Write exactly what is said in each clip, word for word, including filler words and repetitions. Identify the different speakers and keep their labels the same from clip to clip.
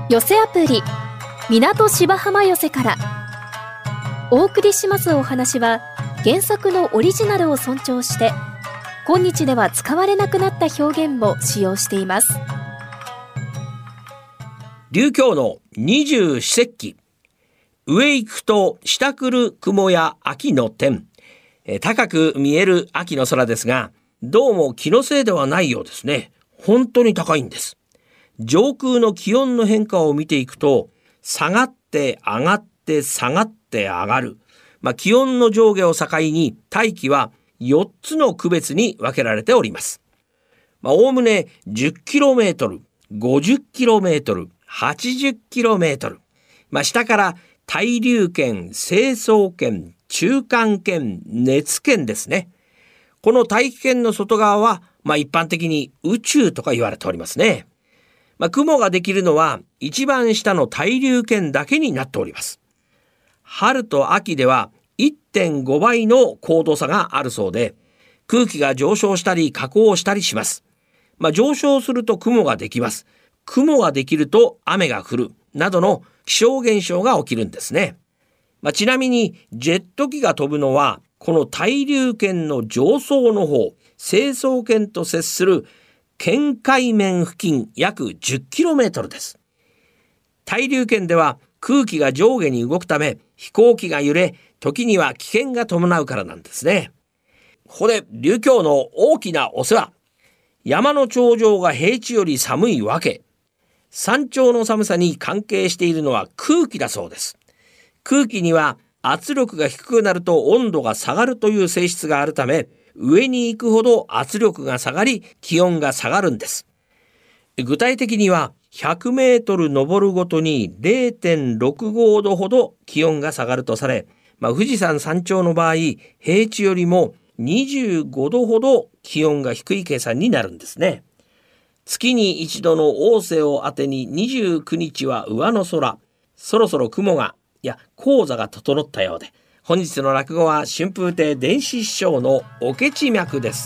Speaker 1: 寄せアプリ港芝浜寄せからお送りしますお話は、原作のオリジナルを尊重して今日では使われなくなった表現も使用しています。
Speaker 2: 琉教の二十四節気、上行くと下来る雲や秋の天、え高く見える秋の空ですが、どうも気のせいではないようですね。本当に高いんです。上空の気温の変化を見ていくと、下がって上がって下がって上がる、まあ、気温の上下を境に大気はよっつの区別に分けられております。まあ、おおむね じゅっキロメートル、ごじゅっキロメートル、はちじゅっキロメートル、まあ、下から対流圏、成層圏、中間圏、熱圏ですね。この大気圏の外側は、まあ、一般的に宇宙とか言われておりますね。まあ、雲ができるのは一番下の対流圏だけになっております。春と秋では いってんごばいの高度差があるそうで、空気が上昇したり下降したりします。まあ、上昇すると雲ができます。雲ができると雨が降るなどの気象現象が起きるんですね。まあ、ちなみにジェット機が飛ぶのはこの対流圏の上層の方、成層圏と接する圏海面付近約 じゅっキロメートル です。対流圏では空気が上下に動くため飛行機が揺れ、時には危険が伴うからなんですね。ここで琉教の大きなお世話。山の頂上が平地より寒いわけ。山頂の寒さに関係しているのは空気だそうです。空気には圧力が低くなると温度が下がるという性質があるため、上に行くほど圧力が下がり気温が下がるんです。具体的にはひゃくメートル登るごとに れいてんろくご 度ほど気温が下がるとされ、まあ、富士山山頂の場合平地よりもにじゅうごどほど気温が低い計算になるんですね。月に一度の逢瀬を当てににじゅうくにちは上の空、そろそろ雲がいや高座が整ったようで、本日の落語は春風亭伝子師匠のおけち脈です。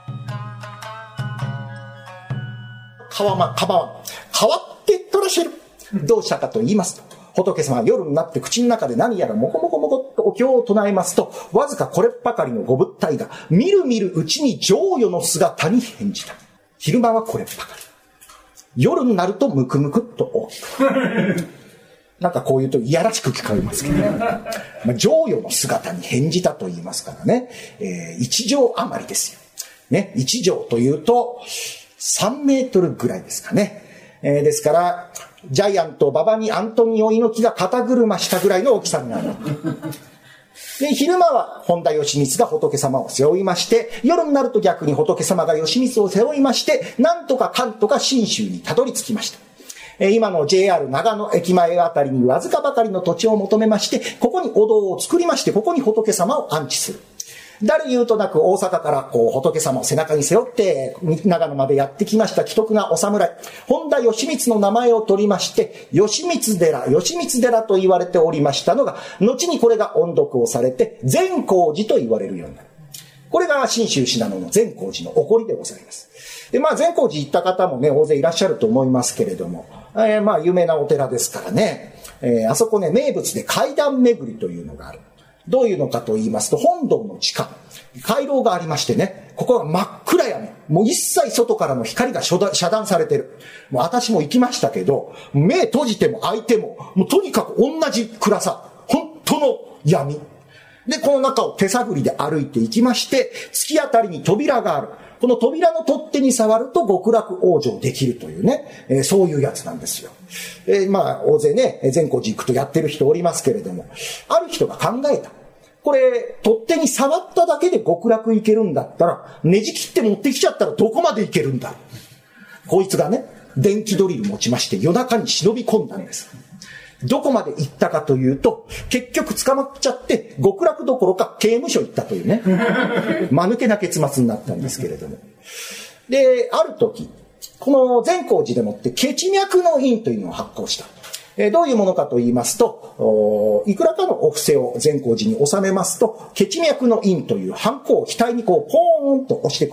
Speaker 3: 川ま、川は変わってとらしる。どうしたかと言いますと、仏様は夜になって口の中で何やらもこもこもこっとお経を唱えますと、わずかこれっばかりのご物体がみるみるうちに上与の姿に変じた。昼間はこれっばかり、夜になるとムクムクっと大きくなんかこう言うといやらしく聞こえますけど、まあ、上与の姿に変じたと言いますからね、えー、一畳余りですよ。ね、一畳というとさんメートルぐらいですかね。えー、ですから、ジャイアント馬場にアントニオ猪木が肩車したぐらいの大きさになる。で、昼間は本田義満が仏様を背負いまして、夜になると逆に仏様が義満を背負いまして、なんとかかんとか信州にたどり着きました。今の ジェイアール 長野駅前あたりにわずかばかりの土地を求めまして、ここにお堂を作りまして、ここに仏様を安置する。誰言うとなく大阪からこう仏様を背中に背負って長野までやってきました奇特なお侍、本田義満の名前を取りまして、義満寺、義満寺と言われておりましたのが、後にこれが音読をされて善光寺と言われるようになる。これが信州信濃の善光寺の起こりでございます。で、まあ善光寺行った方もね、大勢いらっしゃると思いますけれども、えー、まあ有名なお寺ですからね、えー、あそこね、名物で階段巡りというのがある。どういうのかと言いますと、本堂の地下、回廊がありましてね、ここは真っ暗やね。もう一切外からの光が遮断されてる。もう私も行きましたけど、目閉じても開いても、もうとにかく同じ暗さ。本当の闇。で、この中を手探りで歩いていきまして、突き当たりに扉がある。この扉の取っ手に触ると極楽往生できるというね、えー、そういうやつなんですよ。えー、まあ、大勢ね、善光寺行くとやってる人おりますけれども、ある人が考えた。これ、取っ手に触っただけで極楽行けるんだったら、ねじ切って持ってきちゃったらどこまで行けるんだ。こいつがね、電気ドリル持ちまして夜中に忍び込んだんです。どこまで行ったかというと、結局捕まっちゃって極楽どころか刑務所行ったというね、間抜けな結末になったんですけれども。で、ある時、この善光寺でもってケチ脈の印というのを発行した。えー、どういうものかと言いますと、いくらかのお布施を善光寺に納めますと、ケチ脈の印というハンコを額にこうポーンと押してくれた。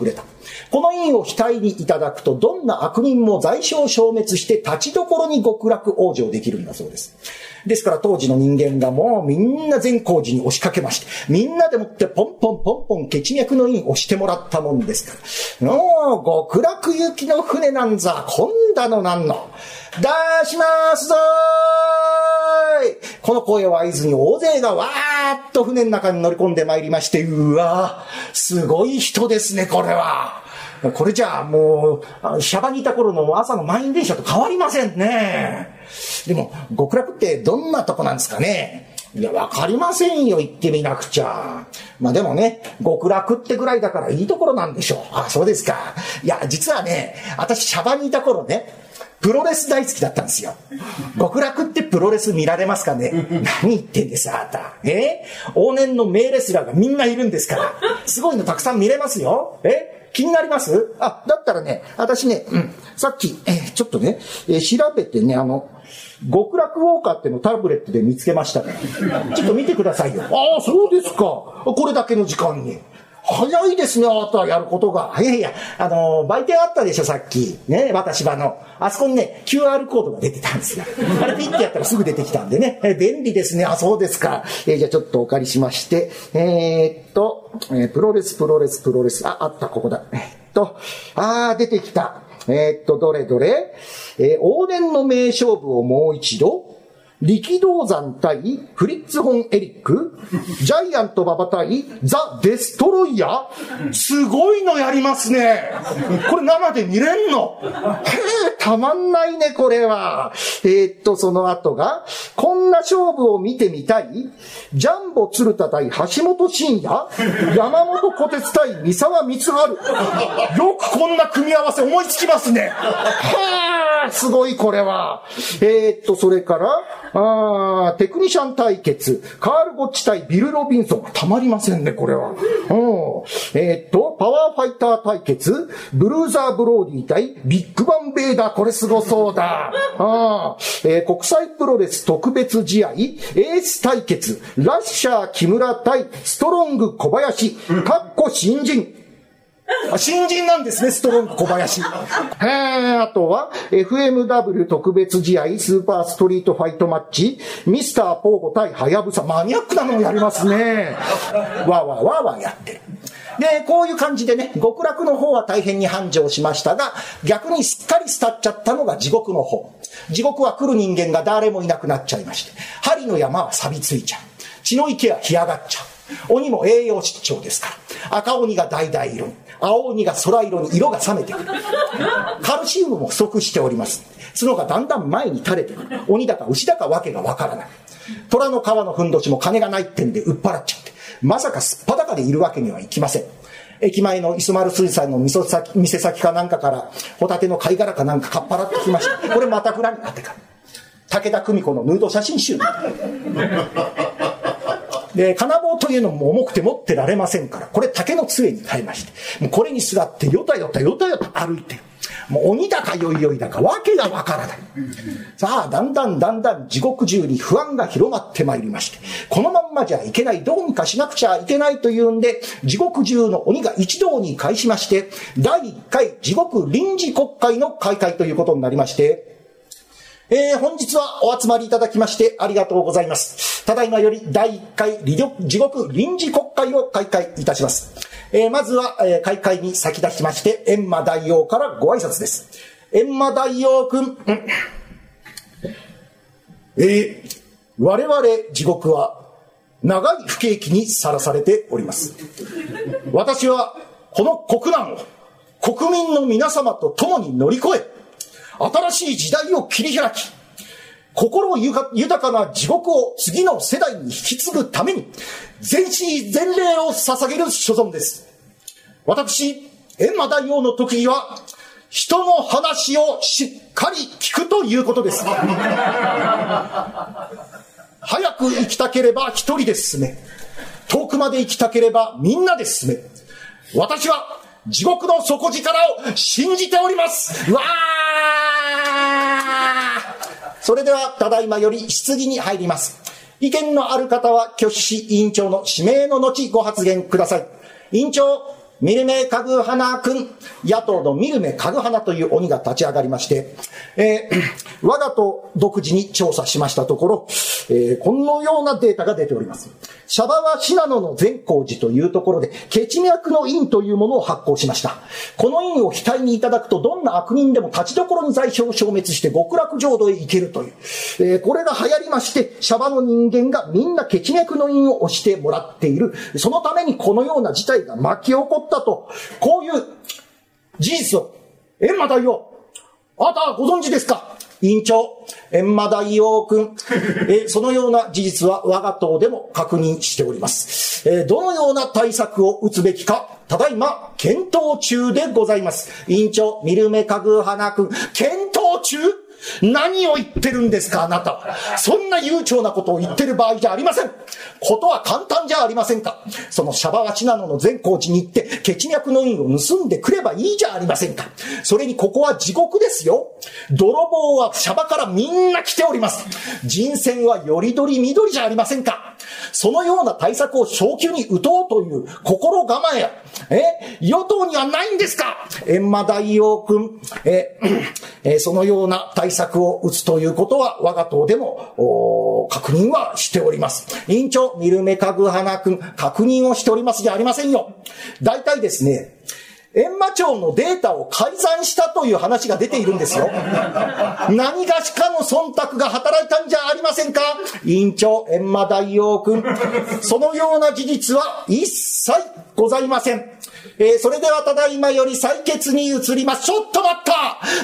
Speaker 3: この印を額にいただくと、どんな悪人も罪障消滅して立ちどころに極楽往生できるんだそうです。ですから当時の人間がもうみんな善光寺に押しかけまして、みんなでもってポンポンポンポン血脈の印押してもらったもんですから、もう極楽行きの船なんざ、こんだのなんの。出しますぞーい。この声を合図に大勢がわーっと船の中に乗り込んでまいりまして、うわー、すごい人ですね、これは。これじゃあもう、シャバにいた頃の朝の満員電車と変わりませんね。でも、極楽ってどんなとこなんですかね。いや、わかりませんよ、行ってみなくちゃ。まあでもね、極楽ってぐらいだからいいところなんでしょう。あ、そうですか。いや、実はね、私シャバにいた頃ね、プロレス大好きだったんですよ。極楽ってプロレス見られますかね。何言ってんですあなた。え往年の名レスラーがみんないるんですから。すごいのたくさん見れますよ。え気になりますあ、だったらね、私ね、うん、さっき、えー、ちょっとね、えー、調べてね、あの、極楽ウォーカーってのタブレットで見つけましたから。ちょっと見てくださいよ。ああ、そうですか。これだけの時間に。早いですね、あなたやることが。いやいや、あのー、売店あったでしょ、さっき。ね、私場の。あそこにね、キューアール コードが出てたんですよ。あれピッてやったらすぐ出てきたんでね。え便利ですね。あ、そうですか。えー、じゃあちょっとお借りしまして。えー、っと、えー、プロレス、プロレス、プロレス。あ、あった、ここだ。えー、っと、あー、出てきた。えー、っと、どれどれ。えー、往年の名勝負をもう一度。力道山対フリッツ・ホン・エリック、ジャイアント馬場対ザ・デストロイヤー、すごいのやりますね。これ生で見れんの。へえ、たまんないね、これは。えー、っと、その後が、こんな勝負を見てみたい、ジャンボ鶴田対橋本真也、山本小鉄対三沢光晴。よくこんな組み合わせ思いつきますね。へえ、すごいこれは。えー、っと、それから、あテクニシャン対決、カール・ゴッチ対ビル・ロビンソン。たまりませんね、これは。うん、えー、っと、パワーファイター対決、ブルーザー・ブローディ対ビッグバン・ベイダー。これすごそうだ。あえー、国際プロレス特別試合、エース対決、ラッシャー・木村対ストロング・小林、かっこ新人。新人なんですね、ストロング小林。へー、あとは、エフエムダブリュー 特別試合、スーパーストリートファイトマッチ、ミスターポーゴ対ハヤブサ。マニアックなのをやりますね。わーわーわーわーやってる。で、こういう感じでね、極楽の方は大変に繁盛しましたが、逆にすっかり廃っちゃったのが地獄の方。地獄は来る人間が誰もいなくなっちゃいまして、針の山は錆びついちゃう。血の池は干上がっちゃう。鬼も栄養失調ですから。赤鬼が橙色に。青鬼が空色に色が冷めてくる。カルシウムも不足しております。角がだんだん前に垂れてくる。鬼だか牛だかわけがわからない。虎の皮のふんどしも金がないってんで売っ払っちゃって。まさかすっぱだかでいるわけにはいきません。駅前の磯丸水産の店先、店先かなんかから、ホタテの貝殻かなんかかっぱらってきました。これまたぐらになってから。武田久美子のヌード写真集みたいな。で、金棒というのも重くて持ってられませんから、これ竹の杖に変えまして、もうこれに座ってよたよたよたよた歩いてる。もう鬼だかよいよいだかわけがわからない。さあ、だんだんだんだん地獄中に不安が広まってまいりまして、このまんまじゃいけない、どうにかしなくちゃいけないというんで、地獄中の鬼が一堂に会しまして、だいいっかい地獄臨時国会の開会ということになりまして、えー、本日はお集まりいただきましてありがとうございます。ただいまよりだいいっかい地獄臨時国会を開会いたします。えー、まずは、えー、開会に先立ちまして、閻魔大王からご挨拶です。閻魔大王くん、うん、えー、我々地獄は長い不景気にさらされております。私はこの国難を国民の皆様と共に乗り越え、新しい時代を切り開き、心豊かな地獄を次の世代に引き継ぐために、全身全霊を捧げる所存です。私、閻魔大王の特技は、人の話をしっかり聞くということです。早く生きたければ一人で進め、遠くまで行きたければみんなで進め。私は地獄の底力を信じております。わー！それではただいまより質疑に入ります。意見のある方は挙手し、委員長の指名の後ご発言ください。委員長。 ミルメカグハナ君、野党のミルメカグハナという鬼が立ち上がりまして、えー、我が党独自に調査しましたところ、えー、このようなデータが出ております。シャバは信濃の善光寺というところで、血脈の印というものを発行しました。この印を額にいただくと、どんな悪人でも立ちどころに罪障を消滅して極楽浄土へ行けるという。えー、これが流行りまして、シャバの人間がみんな血脈の印を押してもらっている。そのためにこのような事態が巻き起こったと、こういう事実を、閻魔大王、あなたはご存知ですか？委員長、閻魔大王君、えそのような事実は我が党でも確認しております。えどのような対策を打つべきか、ただいま検討中でございます。委員長、ミルメカグハナ君、検討中？何を言ってるんですか、あなた。そんな悠長なことを言ってる場合じゃありません。ことは簡単じゃありませんか。そのシャバは信濃の善光寺に行って血脈の印を盗んでくればいいじゃありませんか。それにここは地獄ですよ。泥棒はシャバからみんな来ております。人選はよりどりみどりじゃありませんか。そのような対策を早急に打とうという心構えや、え与党にはないんですか。閻魔大王君、ええそのような対策を打つということは我が党でも確認はしております。委員長、ミルメカグハナ君、確認をしておりますじゃありませんよ。大体ですね、閻魔庁のデータを改ざんしたという話が出ているんですよ。何がしかの忖度が働いたんじゃありませんか。委員長、閻魔大王君、そのような事実は一切ございません。えー、それではただいまより採決に移ります。ちょっと待った、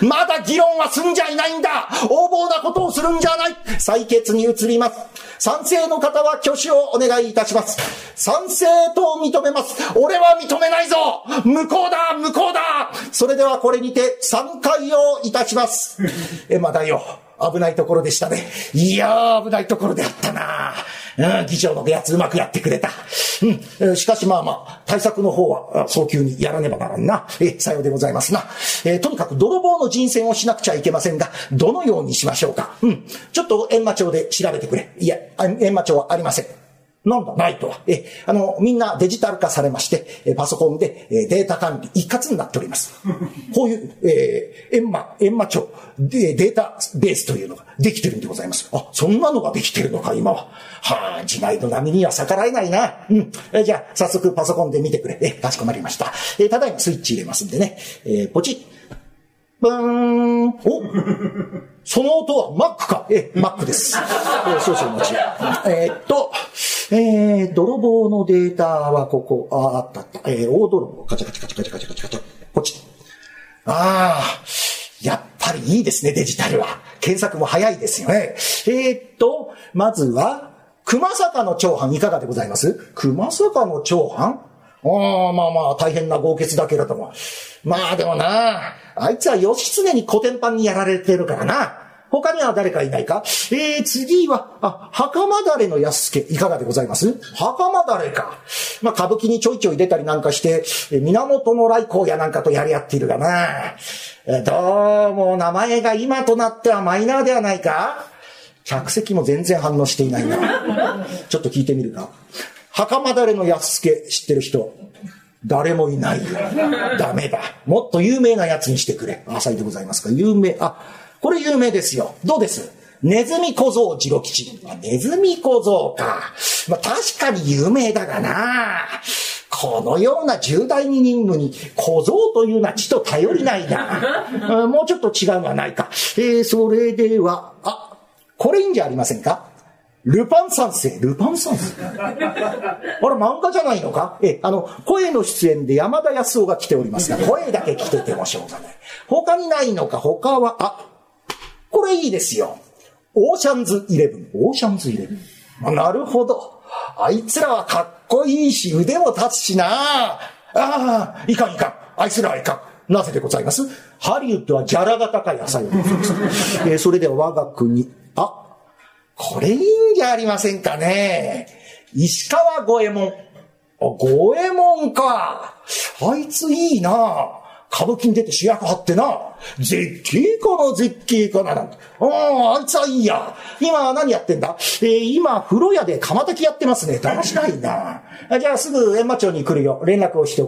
Speaker 3: まだ議論は済んじゃいないんだ。横暴なことをするんじゃない。採決に移ります。賛成の方は挙手をお願いいたします。賛成と認めます。俺は認めないぞ。無効だ無効だ。それではこれにて散会をいたします。えまだよ、危ないところでしたね。いやー、危ないところであったな。うん、議長のやつうまくやってくれた。うん、しかしまあまあ、対策の方は早急にやらねばならんな。え、さようでございますな。えー、とにかく泥棒の人選をしなくちゃいけませんが、どのようにしましょうか。うん、ちょっと閻魔庁で調べてくれ。いや、閻魔庁はありません。なんだ、ないとは。え、あの、みんなデジタル化されまして、えパソコンでえデータ管理一括になっております。こういう、えー、閻魔、閻魔庁でデータベースというのができてるんでございます。あ、そんなのができてるのか、今は。はあ、時代の波には逆らえないな。うん。えじゃあ、早速パソコンで見てくれ。え、かしこまりました。え、ただいまスイッチ入れますんでね。えー、ポチッ。ブーン。おその音は Mac か。え、Mac です。えー、少々お待ち。えー、っと、えー、泥棒のデータはここ、あ、あったあった。えー、大泥棒。カチャカチャカチャカチャカチャカチャカチャ。ポチッ。ああ、やっぱりいいですね、デジタルは。検索も早いですよね。えー、っと、まずは、熊坂の長藩いかがでございます？熊坂の長藩？ああ、まあまあ、大変な豪傑だけれども。まあでもな、あいつは義経にコテンパンにやられてるからな。他には誰かいないか？えー、次は、あ、袴だれの安助、いかがでございます？袴だれか。まあ、歌舞伎にちょいちょい出たりなんかして、源の来光やなんかとやり合っているがな。どうも名前が今となってはマイナーではないか？客席も全然反応していないな。ちょっと聞いてみるか。袴だれの安助知ってる人？誰もいないよ。ダメだ。もっと有名なやつにしてくれ。あ、さいでございますか。有名、あ、これ有名ですよ。どうです？ネズミ小僧次郎吉。ネズミ小僧か。まあ、確かに有名だがな。このような重大に任務に小僧というのはちと頼りないな。もうちょっと違うのはないか。えー、それでは、あ、これいいんじゃありませんか？ルパン三世。ルパン三世あれ漫画じゃないのか？え、あの、声の出演で山田康夫が来ておりますが、声だけ来ててもしょうがない。他にないのか？他は、あ、これいいですよ。オーシャンズイレブン。オーシャンズイレブン。あ、なるほど。あいつらはかっこいいし、腕も立つしな。ああ、いかんいかん。あいつらはいかん。なぜでございます？ハリウッドはギャラが高い野菜をございます。えー、それでは我が国、あ、これいいんじゃありませんかね。石川五右衛門。あ、五右衛門か。あいついいな。歌舞伎に出て主役張ってな。絶景かな、絶景かな。なんて。ああ、あいつはいいや。今何やってんだ？えー、今、風呂屋で釜炊きやってますね。だらしないな。じゃあすぐ閻魔庁に来るよ。連絡をしておくれ。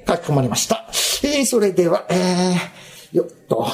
Speaker 3: かしこまりました。えー、それでは、えー、よっと。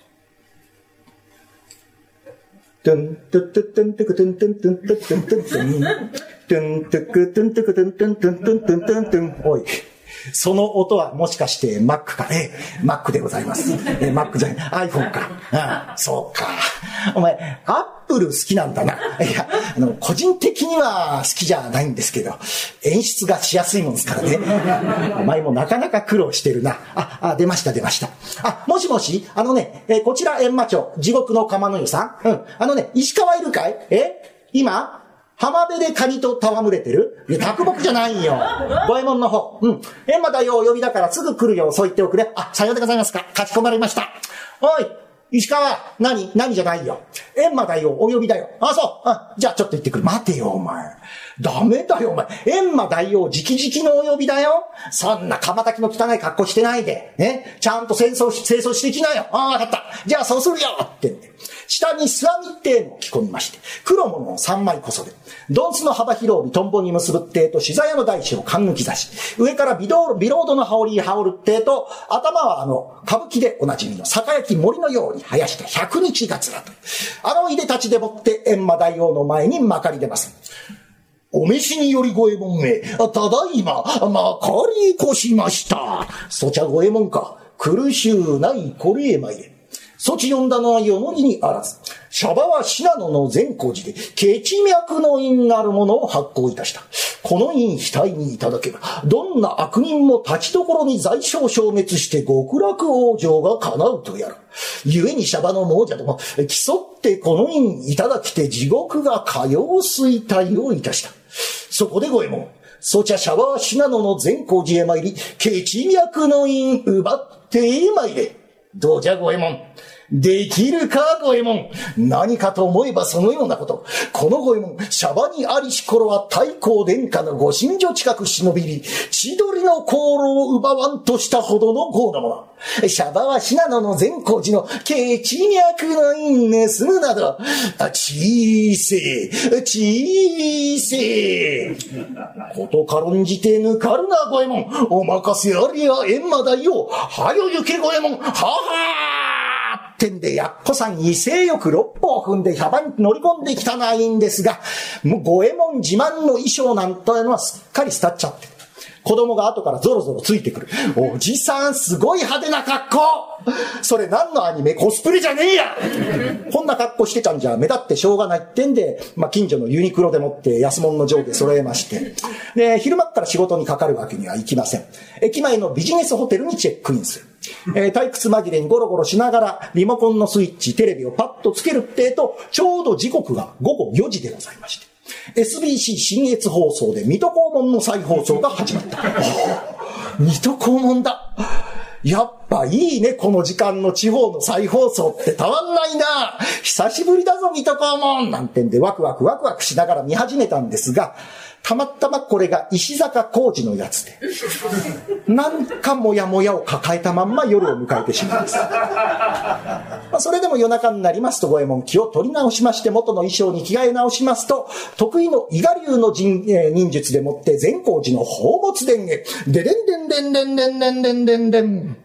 Speaker 3: トゥントゥトゥトゥントゥクトゥントゥントゥントゥントゥントゥントゥントゥントゥクトゥントゥクトゥントゥントゥントゥントゥントゥントゥン。おい。その音はもしかして Mac かね。Mac でございます。え、Mac じゃない。iPhone か。ああ、そうか。お前、Apple 好きなんだな。いや、あの、個人的には好きじゃないんですけど、演出がしやすいもんですからね。お前もなかなか苦労してるな。あ、あ、出ました出ました。あ、もしもし、あのね、えこちら閻魔町、地獄の釜の湯さん。うん。あのね、石川いるかい？え今浜辺でカニと戯れてる？いや、卓木じゃないよ。五右衛門の方。うん。閻魔大王お呼びだからすぐ来るようそう言っておくれ。あ、さようでございますか。かしこまりました。おい、石川、何何じゃないよ。閻魔大王お呼びだよ。あ、そう。あ、じゃあちょっと行ってくる。待てよ、お前。ダメだよ、お前。閻魔大王直々のお呼びだよ。そんな釜炊きの汚い格好してないで。ね。ちゃんと清掃し、清掃してきなよ。ああ、わかった。じゃあそうするよって言って。下にスワミってのを着込みまして、黒物を三枚こそで、ドンスの幅広帯トンボに結ぶってと、シザヤの大地を勘抜き差し、上からビロード、ビロードの羽織羽織るってと、頭はあの、歌舞伎でおなじみの酒焼き森のように生やした百日がつらと。あのいでたちでもって閻魔大王の前にまかり出ます。お召しにより五右衛門め、ただいま、まかり越しました。そちゃ五右衛門か、苦しゅうないこれへ参れ。そち呼んだのはよのぎにあらず、シャバは信濃の善光寺で、ケチ脈の印なるものを発行いたした。この印額にいただけば、どんな悪人も立ちどころに罪障消滅して極楽往生が叶うとやる。故にシャバの亡者ども、競ってこの印いただきて地獄がかよう衰退をいたした。そこで五右衛門、そちゃシャバは信濃の善光寺へ参り、ケチ脈の印奪って参れ。どうじゃ五右衛門。できるか五右衛門。何かと思えばそのようなこと。この五右衛門、シャバにありし頃は太閤殿下のご神女近く忍び入り、千鳥の香炉を奪わんとしたほどの豪なもの。シャバは信濃の善光寺のケチ脈の印盗むなど、小せえ、小せえ。こと軽んじて抜かるな五右衛門。お任せありや閻魔大王。はよ行け五右衛門。ははーってんで、やっこさん威勢よく六歩を踏んで幅に乗り込んできたのはいいんですが、もう五右衛門自慢の衣装なんてのはすっかり廃っちゃって、子供が後からゾロゾロついてくる。おじさんすごい派手な格好。それ何のアニメ？コスプレじゃねえや。こんな格好してたんじゃ目立ってしょうがないってんで、まあ、近所のユニクロでもって安物の上下揃えまして、で、昼間から仕事にかかるわけにはいきません。駅前のビジネスホテルにチェックインする。えー、退屈紛れにゴロゴロしながらリモコンのスイッチ、テレビをパッとつけるってえと、ちょうど時刻がごごよじでございまして、エスビーシー 新越放送で水戸黄門の再放送が始まった。水戸黄門だ。やっぱいいね、この時間の地方の再放送ってたまんないな。久しぶりだぞ、水戸黄門なんてんでワクワクワクワクしながら見始めたんですが、たまたまこれが石坂浩二のやつで、なんかもやもやを抱えたまんま夜を迎えてしまいます。まあ、それでも夜中になりますと五右衛門気を取り直しまして、元の衣装に着替え直しますと、得意の伊賀流の忍、えー、忍術でもって善光寺の宝物殿へ、ででんでんでんでんでんでんでんでんでん。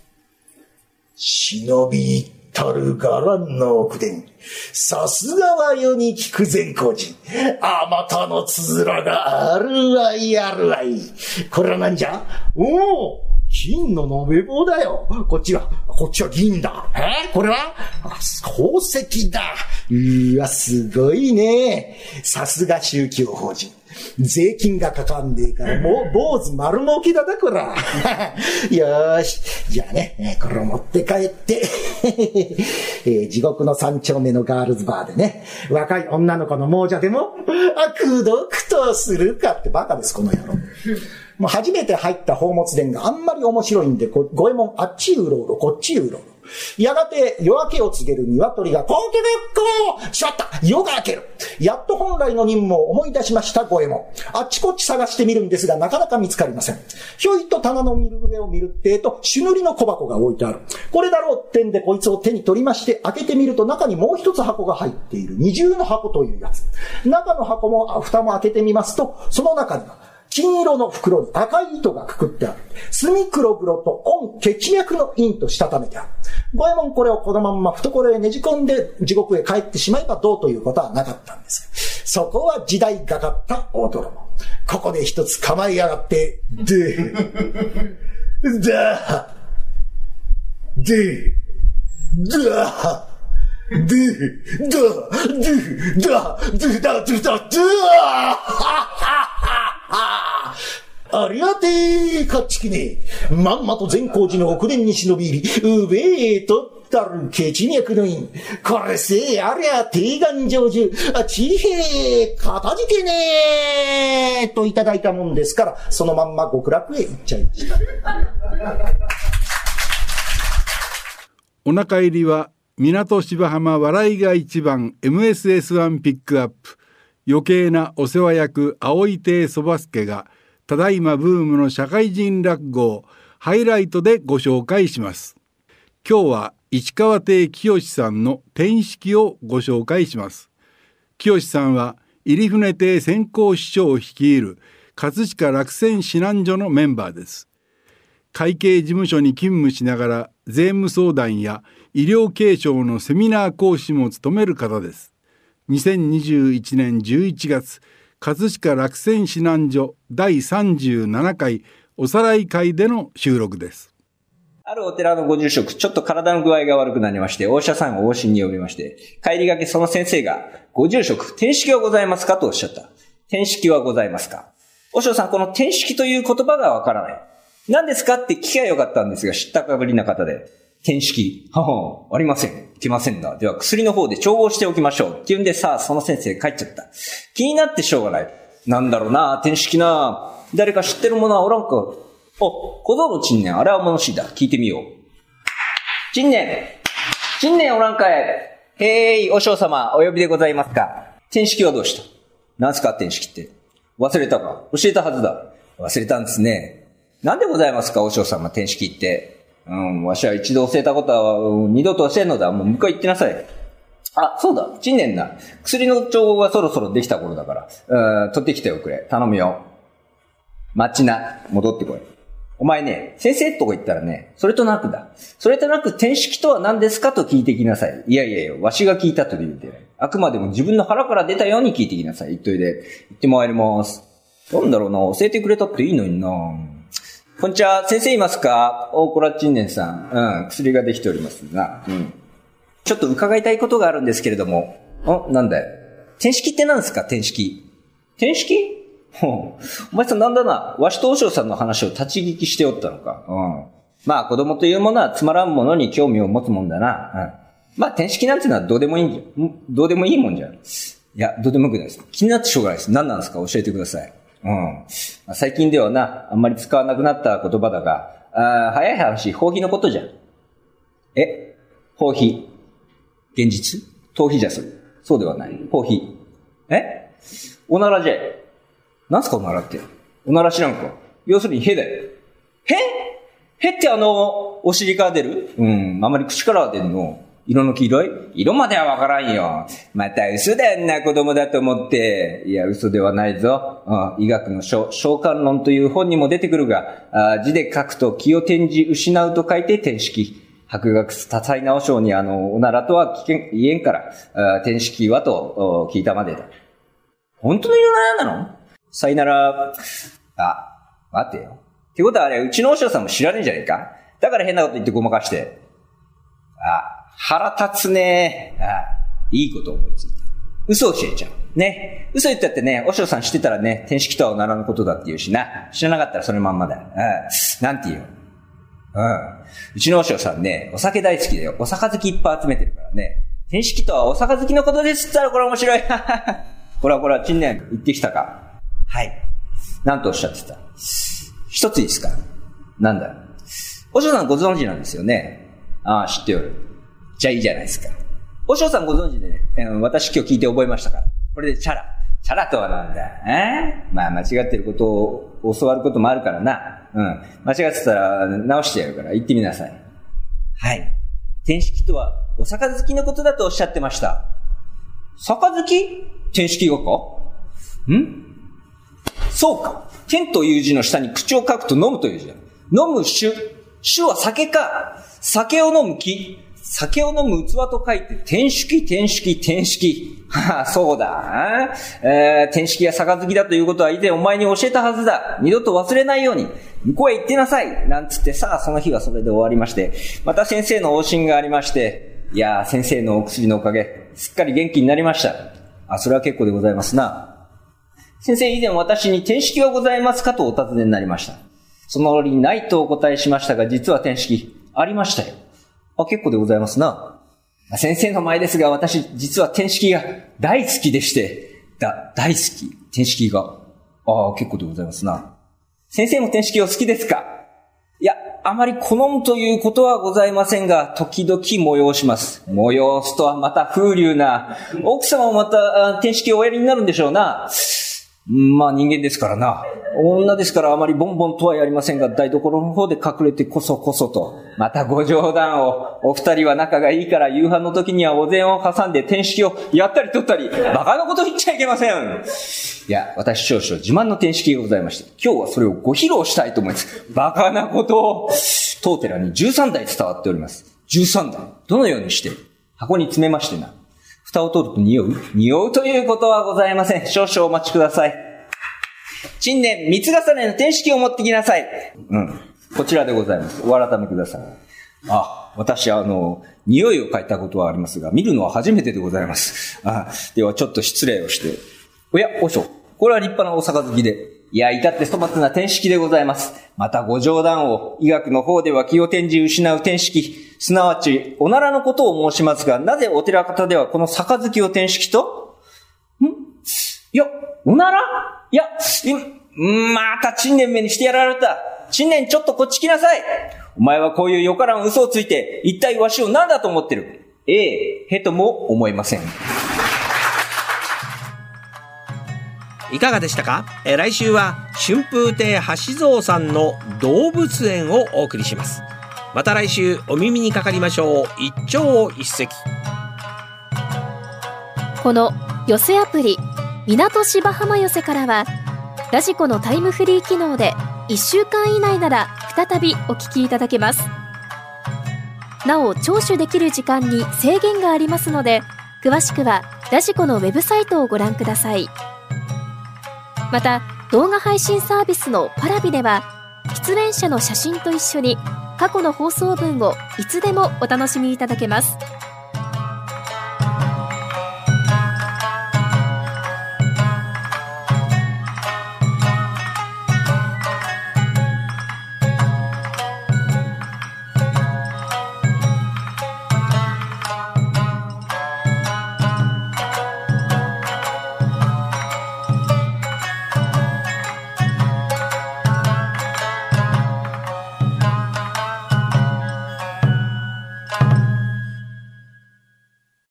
Speaker 3: 忍び入ったる伽藍の奥殿。さすがは世に聞く善光寺。あまたのつづらがあるわいあるわい。これは何じゃ？おお、金の延べ棒だよ。こっちは、こっちは銀だ。え？これは宝石だ。うわ、すごいね。さすが宗教法人。税金がかかんねえから、もう、坊主丸儲けだだ、こら。よーし。じゃあね、これを持って帰って、えー、地獄の三丁目のガールズバーでね、若い女の子の亡者でも、あ、くどくとするかってバカです、この野郎。もう初めて入った宝物殿があんまり面白いんで、五右衛門あっちうろうろ、こっちうろうろ。やがて夜明けを告げる鶏がコケデッコー、しまった、夜が明ける。やっと本来の任務を思い出しました五右衛門。あっちこっち探してみるんですがなかなか見つかりません。ひょいと棚の上を見るってえと朱塗りの小箱が置いてある。これだろうってんでこいつを手に取りまして開けてみると、中にもう一つ箱が入っている二重の箱というやつ。中の箱も蓋も開けてみますと、その中には金色の袋に赤い糸がくくってある。墨黒々と御血脈の印としたためてある。五右衛門これをこのまんま懐へねじ込んで地獄へ帰ってしまえばどうということはなかったんです。そこは時代がかった大泥棒。ここで一つ構えやがって、で、だ、で、だ、で、だ、で、だ、で、だ、で、だ、で、ありがてえ、かっちきねえ。まんまと善光寺の奥殿に忍び入り、うべえとったる血脈の印。これせえ、ありゃ、定願成就、あ、ちへえ、かたじけねえ、といただいたもんですから、そのまんま極楽へ行っちゃいました。
Speaker 4: お腹入りは、港芝浜笑いが一番 エムエスエスワン ピックアップ。余計なお世話役、青井亭そばすけが、ただいまブームの社会人落語をハイライトでご紹介します。今日は市川亭清さんの天式をご紹介します。清さんは入船亭先行師匠を率いる葛飾落選指南所のメンバーです。会計事務所に勤務しながら税務相談や医療継承のセミナー講師も務める方です。にせんにじゅういちねんじゅういちがつ、葛飾落選指南所だいさんじゅうななかいおさらい会での収録です。
Speaker 5: あるお寺のご住職、ちょっと体の具合が悪くなりまして、お医者さんを往診に呼びまして、帰りがけその先生が、ご住職、天式はございますかとおっしゃった。天式はございますか。お師匠さん、この天式という言葉がわからない。何ですかって聞きゃよかったんですが、知ったかぶりな方で、天式、はは、ありません。いけませんな。では薬の方で調合しておきましょう。っていうんでさあ、その先生帰っちゃった。気になってしょうがない。なんだろうな、天式な。誰か知ってるものはおらんか。お、小僧の陳年、あれは物知りだ。聞いてみよう。陳年、陳年おらんかい。へい、お嬢様、お呼びでございますか。天式はどうした？何すか、天式って。忘れたか？教えたはずだ。忘れたんですね。なんでございますか、お嬢様、天式って。うん、わしは一度教えたことは、うん、二度と教えんのだ。もう向こう行ってなさい。あ、そうだ、陳年な。薬の調合がそろそろできた頃だから、うん、取ってきておくれ。頼むよ。待ちな。戻ってこい。お前ね、先生とこ行ったらね、それとなくだ。それとなく天式とは何ですかと聞いてきなさい。いやいやいや、わしが聞いたと言うてない。あくまでも自分の腹から出たように聞いてきなさい。言っといて。行ってまいります。なんだろうな、教えてくれたっていいのにな。こんにちは、先生いますか？大倉陳年さん。うん、薬ができておりますな。うん。ちょっと伺いたいことがあるんですけれども。あ、なんだよ。天式って何ですか、天式。天式？ほう。お前さんなんだな。わしと和尚さんの話を立ち聞きしておったのか。うん。まあ子供というものはつまらんものに興味を持つもんだな。うん。まあ天式なんてのはどうでもいいんじゃん。どうでもいいもんじゃん。いや、どうでもよくないです。気になってしょうがないです。何なんですか、教えてください。うん。最近ではな、あんまり使わなくなった言葉だが、あ早い話、放棄のことじゃん。え放棄。現実逃避じゃそれ。そうではない。放棄。えおならじゃ。なんすかおならって。おなら知らんか。要するにへだよ。へへってあの、お尻から出る？うん、あまり口からは出るの。色の黄色い？色まではわからんよ。また嘘だよな、子供だと思って。いや、嘘ではないぞ。うん、医学の召喚論という本にも出てくるが、あ字で書くと気を転じ失うと書いて天式。博学多彩な和尚にあの、おならとは聞け言えんから、あ天式はと聞いたまでだ。本当の色ななの？さいなら、あ、待てよ。ってことはあれ、うちの和尚さんも知らねえんじゃねえか？だから変なこと言ってごまかして。あ、腹立つね。あ、いいこと思いついた。嘘教えちゃう。ね。嘘言ったってね、和尚さん知ってたらね、天式とはおならのことだって言うしな。知らなかったらそのまんまだ。うん。なんて言うよ。うん。うちの和尚さんね、お酒大好きだよ。お杯いっぱい集めてるからね。天式とはお杯のことですって言ったらこれ面白い。これはこれは、陳年言ってきたか。はい。なんとおっしゃってた。一ついいですか？なんだ。和尚さんご存知なんですよね。ああ、知っておる。じゃあいいじゃないですか。和尚さんご存知でね、私今日聞いて覚えましたから。これでチャラ。チャラとはなんだ。えー、まあ間違ってることを教わることもあるからな。うん。間違ってたら直してやるから言ってみなさい。はい。天式とはお杯のことだとおっしゃってました。杯？天式がか？ん？ そうか。天という字の下に口を書くと飲むという字だ。飲む酒。酒は酒か。酒を飲む木。酒を飲む器と書いて、天酒器、天酒器、天酒器。はあ、そうだ。えー、天酒器や杯だということは以前お前に教えたはずだ。二度と忘れないように。向こうへ行ってなさい。なんつってさあ、その日はそれで終わりまして、また先生の往診がありまして、いやー、先生のお薬のおかげ、すっかり元気になりました。あ、それは結構でございますな。先生、以前私に天式はございますかとお尋ねになりました。その折にないとお答えしましたが、実は天式ありましたよ。あ、結構でございますな。先生の前ですが、私、実は天式が大好きでして、だ、大好き。天式が。ああ、結構でございますな。先生も天式を好きですか？いや、あまり好むということはございませんが、時々催します。催すとはまた風流な。奥様もまた天式をおやりになるんでしょうな。まあ人間ですからな。女ですからあまりボンボンとはやりませんが、台所の方で隠れてこそこそと。またご冗談を。お二人は仲がいいから夕飯の時にはお膳を挟んで天式をやったり取ったり。バカなこと言っちゃいけません。いや、私少々自慢の天式がございまして、今日はそれをご披露したいと思います。バカなことを。当寺にじゅうさんだい伝わっております。じゅうさんだい。どのようにして箱に詰めましてな。蓋を取ると匂う？匂うということはございません。少々お待ちください。陳年三つ重ねの天式を持ってきなさい。うん。こちらでございます。お改めください。あ、私あの、匂いを嗅いだことはありますが、見るのは初めてでございます。あ、ではちょっと失礼をして。おや、おしょ。これは立派なお杯で。いや、至って粗末な天式でございます。またご冗談を、医学の方では気を転じ失う天式、すなわち、おならのことを申しますが、なぜお寺方ではこの杯を天式と？ん？いや、おなら？いや、また陳年目にしてやられた。陳年ちょっとこっち来なさい。お前はこういうよからん嘘をついて、一体わしを何だと思ってる？ええ、へとも思いません。
Speaker 2: いかがでしたか？えー、来週は春風亭橋蔵さんの動物園をお送りします。また来週お耳にかかりましょう。一朝一夕。
Speaker 1: この寄せアプリ港芝浜寄せからはラジコのタイムフリー機能でいっしゅうかん以内なら再びお聞きいただけます。なお聴取できる時間に制限がありますので、詳しくはラジコのウェブサイトをご覧ください。また動画配信サービスのパラビでは出演者の写真と一緒に過去の放送分をいつでもお楽しみいただけます。